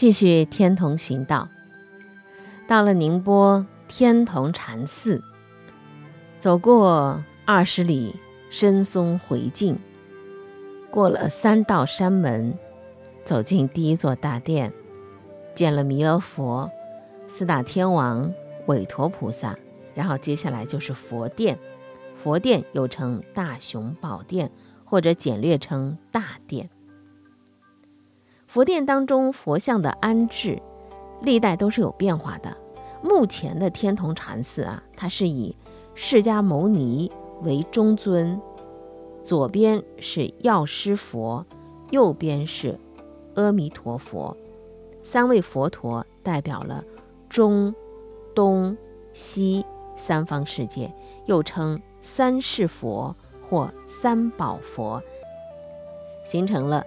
继续天童寻道，到了宁波天童禅寺，走过20里深松回径，过了3道山门，走进第一座大殿，见了弥勒佛、4大天王、韦陀菩萨，然后接下来就是佛殿。佛殿又称大雄宝殿，或者简略称大殿。佛殿当中佛像的安置历代都是有变化的。目前的天童禅寺啊，它是以释迦牟尼为中尊，左边是药师佛，右边是阿弥陀佛，3位佛陀代表了中、东、西3方世界，又称3世佛或3宝佛，形成了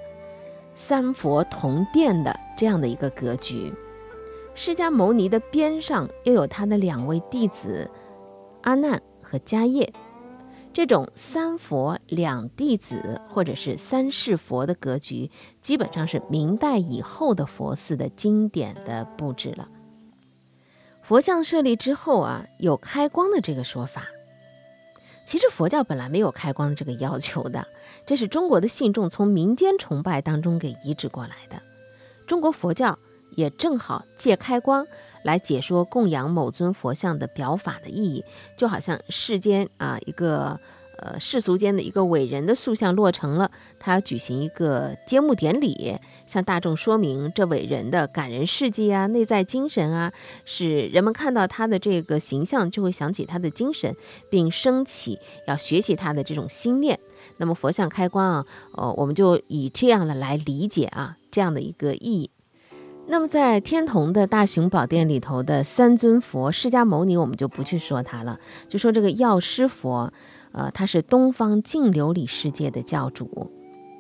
3佛同殿的这样的一个格局。释迦牟尼的边上又有他的2位弟子阿难和迦叶，这种3佛2弟子或者是3世佛的格局，基本上是明代以后的佛寺的经典的布置了。佛像设立之后啊，有开光的这个说法。其实佛教本来没有开光的这个要求的，这是中国的信众从民间崇拜当中给移植过来的。中国佛教也正好借开光来解说供养某尊佛像的表法的意义，就好像世间一个世俗间的一个伟人的塑像落成了，他要举行一个揭幕典礼，向大众说明这伟人的感人事迹啊、内在精神啊，使人们看到他的这个形象就会想起他的精神，并升起要学习他的这种心念。那么佛像开光我们就以这样的来理解这样的一个意义。那么在天童的大雄宝殿里头的3尊佛，释迦牟尼我们就不去说他了，就说这个药师佛，他是东方净琉璃世界的教主。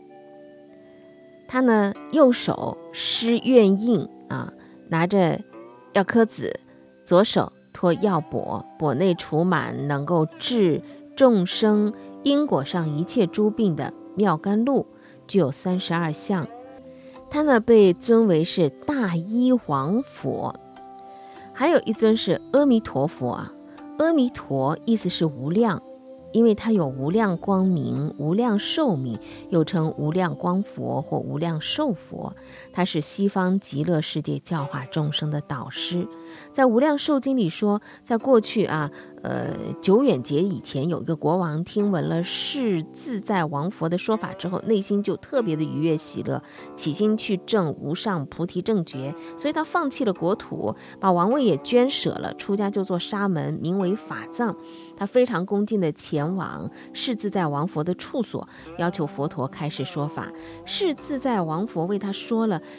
他呢右手施愿印拿着药颗子，左手托药钵，钵内储满能够治众生因果上一切诸病的妙甘露，具有32相。他呢被尊为是大医王佛。还有一尊是阿弥陀佛阿弥陀意思是无量，因为它有无量光明、无量寿命，又称无量光佛或无量寿佛。他是西方极乐世界教化众生的导师。在无量寿经里说，在过去久远劫以前，有一个国王听闻了是自在王佛的说法之后，内心就特别的愉悦喜乐，起心去证无上菩提正觉，所以他放弃了国土，把王位也捐舍了，出家就做沙门，名为法藏。他非常恭敬的前往是自在王佛的处所，要求佛陀开示说法。是自在王佛为他说了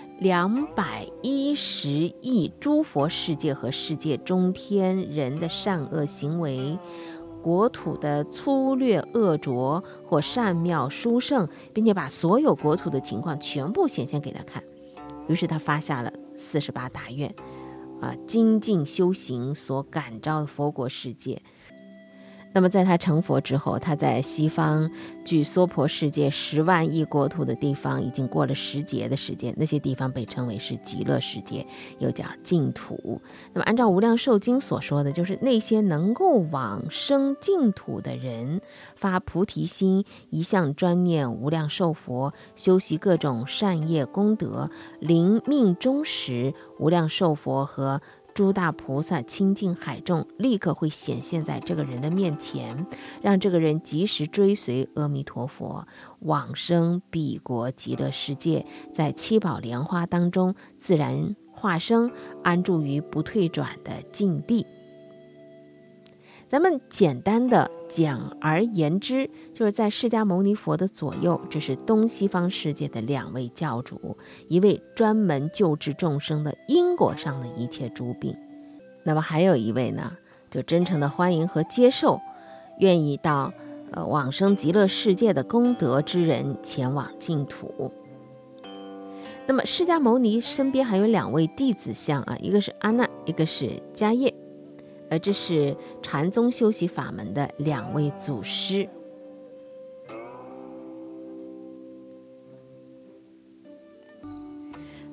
210亿诸佛世界和世界中天人的善恶行为，国土的粗略恶浊或善妙殊胜，并且把所有国土的情况全部显现给他看。于是他发下了48大愿精进修行所感召的佛国世界。那么在他成佛之后，他在西方距娑婆世界10万亿国土的地方已经过了10劫的时间，那些地方被称为是极乐世界，又叫净土。那么按照无量寿经所说的，就是那些能够往生净土的人，发菩提心，一向专念无量寿佛，修习各种善业功德，临命终时，无量寿佛和诸大菩萨清净海众立刻会显现在这个人的面前，让这个人及时追随阿弥陀佛往生彼国极乐世界，在七宝莲花当中自然化生，安住于不退转的净地。咱们简单的讲而言之，就是在释迦牟尼佛的左右，这是东西方世界的2位教主，一位专门救治众生的因果上的一切诸病，那么还有一位呢，就真诚的欢迎和接受愿意到往生极乐世界的功德之人前往净土。那么释迦牟尼身边还有2位弟子像一个是阿难，一个是迦叶，这是禅宗修习法门的2位祖师。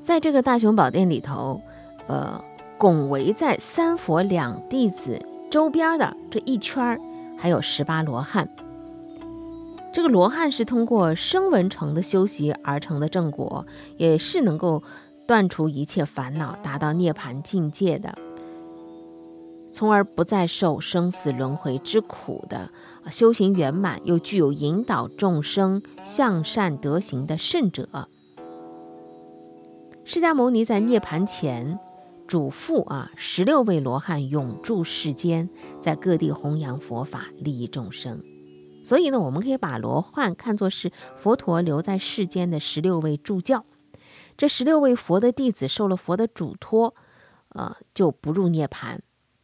在这个大雄宝殿里头，拱围在三佛两弟子周边的这一圈还有18罗汉。这个罗汉是通过声闻乘的修习而成的正果，也是能够断除一切烦恼，达到涅槃境界的，从而不再受生死轮回之苦的，修行圆满又具有引导众生向善德行的圣者。释迦牟尼在涅槃前嘱咐16位罗汉永驻世间，在各地弘扬佛法，利益众生。所以呢，我们可以把罗汉看作是佛陀留在世间的16位助教。这16位佛的弟子受了佛的嘱托，就不入涅槃。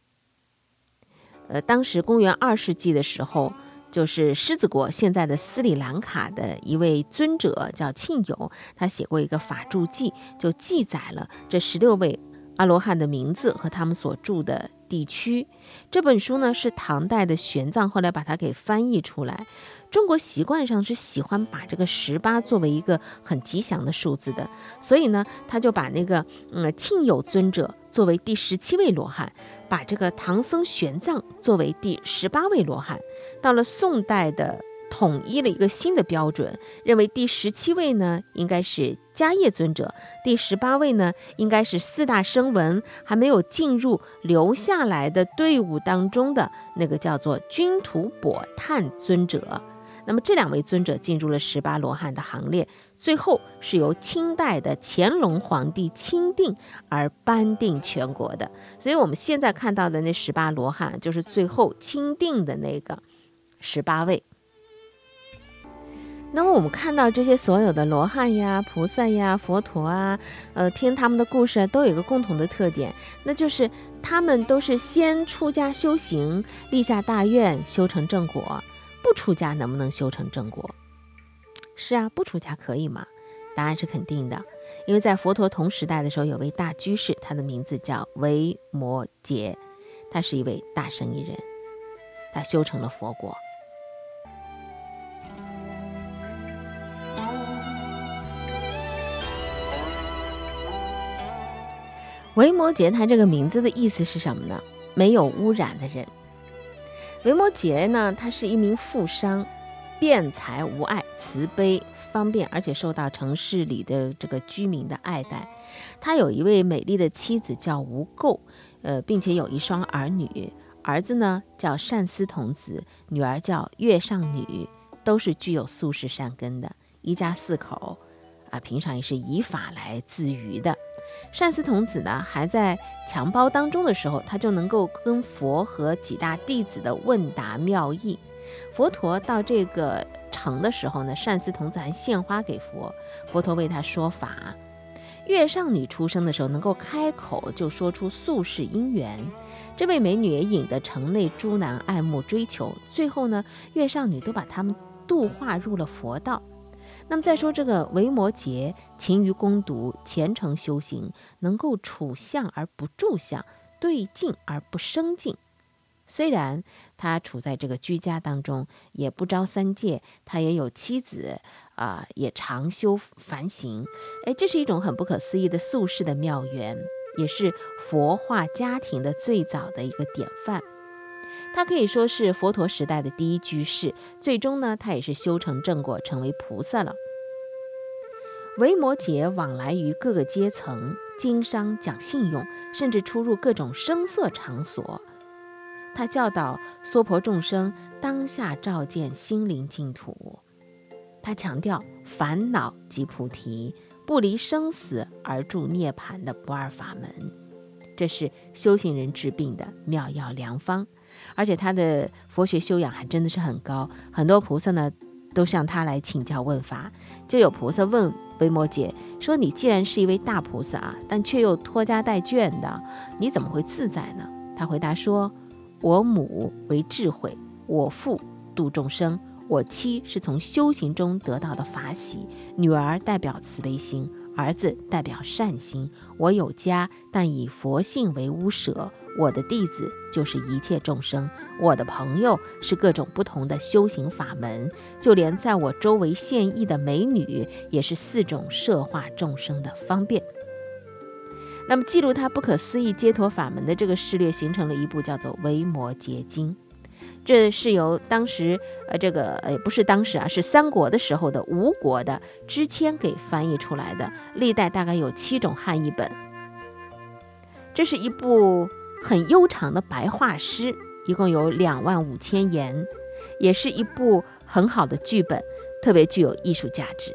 当时公元2世纪的时候，就是狮子国现在的斯里兰卡的一位尊者叫庆友，他写过一个法住记，就记载了这16位阿罗汉的名字和他们所住的地区。这本书呢是唐代的玄奘后来把它给翻译出来。中国习惯上是喜欢把这个18作为一个很吉祥的数字的，所以呢他就把那个庆友尊者作为第17位罗汉，把这个唐僧玄奘作为第18位罗汉。到了宋代的统一了一个新的标准，认为第17位呢应该是迦叶尊者，第18位呢应该是4大声闻还没有进入留下来的队伍当中的那个叫做君图跛探尊者。那么这2位尊者进入了18罗汉的行列，最后是由清代的乾隆皇帝钦定而颁定全国的。所以我们现在看到的那18罗汉就是最后钦定的那个18位。那么我们看到这些所有的罗汉呀、菩萨呀、佛陀啊，听他们的故事都有一个共同的特点，那就是他们都是先出家修行，立下大愿，修成正果。不出家能不能修成正果？是啊，不出家可以吗？答案是肯定的，因为在佛陀同时代的时候，有位大居士，他的名字叫维摩诘，他是一位大生意人，他修成了佛果。维摩诘他这个名字的意思是什么呢？没有污染的人。维摩诘呢，他是一名富商，辩才无碍，慈悲方便，而且受到城市里的这个居民的爱戴。他有一位美丽的妻子叫无垢，并且有一双儿女，儿子呢叫善思童子，女儿叫月上女，都是具有宿世善根的，一家4口平常也是以法来自娱的。善思童子呢，还在襁褓当中的时候，他就能够跟佛和几大弟子的问答妙义。佛陀到这个城的时候呢，善思童子还献花给佛，佛陀为他说法。月上女出生的时候，能够开口就说出宿世因缘，这位美女也引得城内诸男爱慕追求，最后呢，月上女都把他们度化入了佛道。那么再说这个维摩诘，勤于攻读，虔诚修行，能够处相而不住相，对境而不生境。虽然他处在这个居家当中，也不着3戒，他也有妻子也常修梵行。这是一种很不可思议的宿世的妙缘，也是佛化家庭的最早的一个典范。他可以说是佛陀时代的第一居士，最终呢，他也是修成正果，成为菩萨了。维摩诘往来于各个阶层，经商讲信用，甚至出入各种声色场所。他教导娑婆众生当下照见心灵净土。他强调烦恼即菩提，不离生死而助涅槃的不二法门，这是修行人治病的妙药良方。而且他的佛学修养还真的是很高，很多菩萨呢都向他来请教问法。就有菩萨问维摩诘说，你既然是一位大菩萨但却又拖家带眷的，你怎么会自在呢？他回答说，我母为智慧，我父度众生，我妻是从修行中得到的法喜，女儿代表慈悲心，儿子代表善心。我有家，但以佛性为屋舍，我的弟子就是一切众生，我的朋友是各种不同的修行法门，就连在我周围现役的美女，也是4种摄化众生的方便。 那么记录他不可思议解脱法门的这个事略，形成了一部叫做《维摩诘经》。这是由当时不是当时啊，是三国的时候的吴国的支谦给翻译出来的，历代大概有7种汉译本。这是一部很悠长的白话诗，一共有25000言，也是一部很好的剧本，特别具有艺术价值。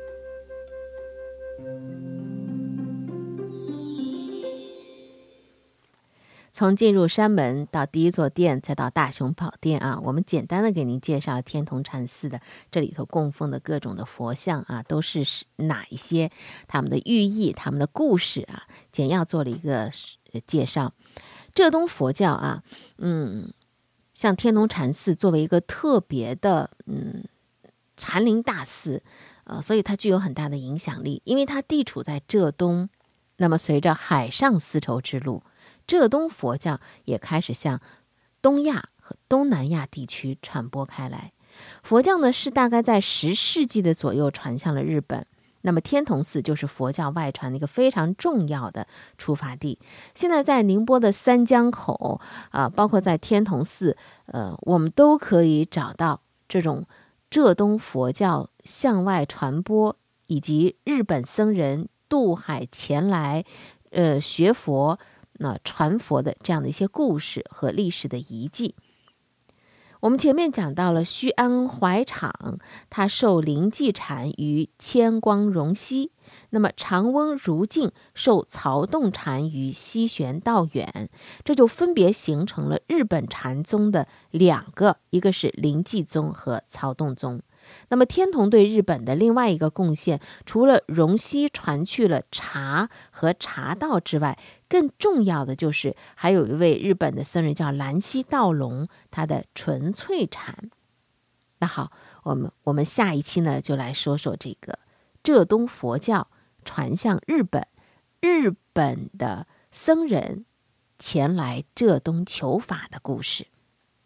从进入山门到第一座殿，再到大雄宝殿啊，我们简单的给您介绍了天童禅寺的这里头供奉的各种的佛像啊，都是哪一些，他们的寓意、他们的故事啊，简要做了一个介绍。浙东佛教啊，像天童禅寺作为一个特别的禅林大寺，所以它具有很大的影响力，因为它地处在浙东。那么随着海上丝绸之路，浙东佛教也开始向东亚和东南亚地区传播开来。佛教呢是大概在10世纪的左右传向了日本。那么天童寺就是佛教外传的一个非常重要的出发地。现在在宁波的三江口包括在天童寺，我们都可以找到这种浙东佛教向外传播，以及日本僧人渡海前来学佛传佛的这样的一些故事和历史的遗迹。我们前面讲到了须安怀场，他受灵寂禅于千光荣溪，那么长翁如镜受曹洞禅于西玄道远，这就分别形成了日本禅宗的2个，一个是灵寂宗和曹洞宗。那么天童对日本的另外一个贡献，除了荣溪传去了茶和茶道之外，更重要的就是还有一位日本的僧人叫兰溪道隆，他的纯粹禅。那好，我们下一期呢就来说说这个浙东佛教传向日本，日本的僧人前来浙东求法的故事。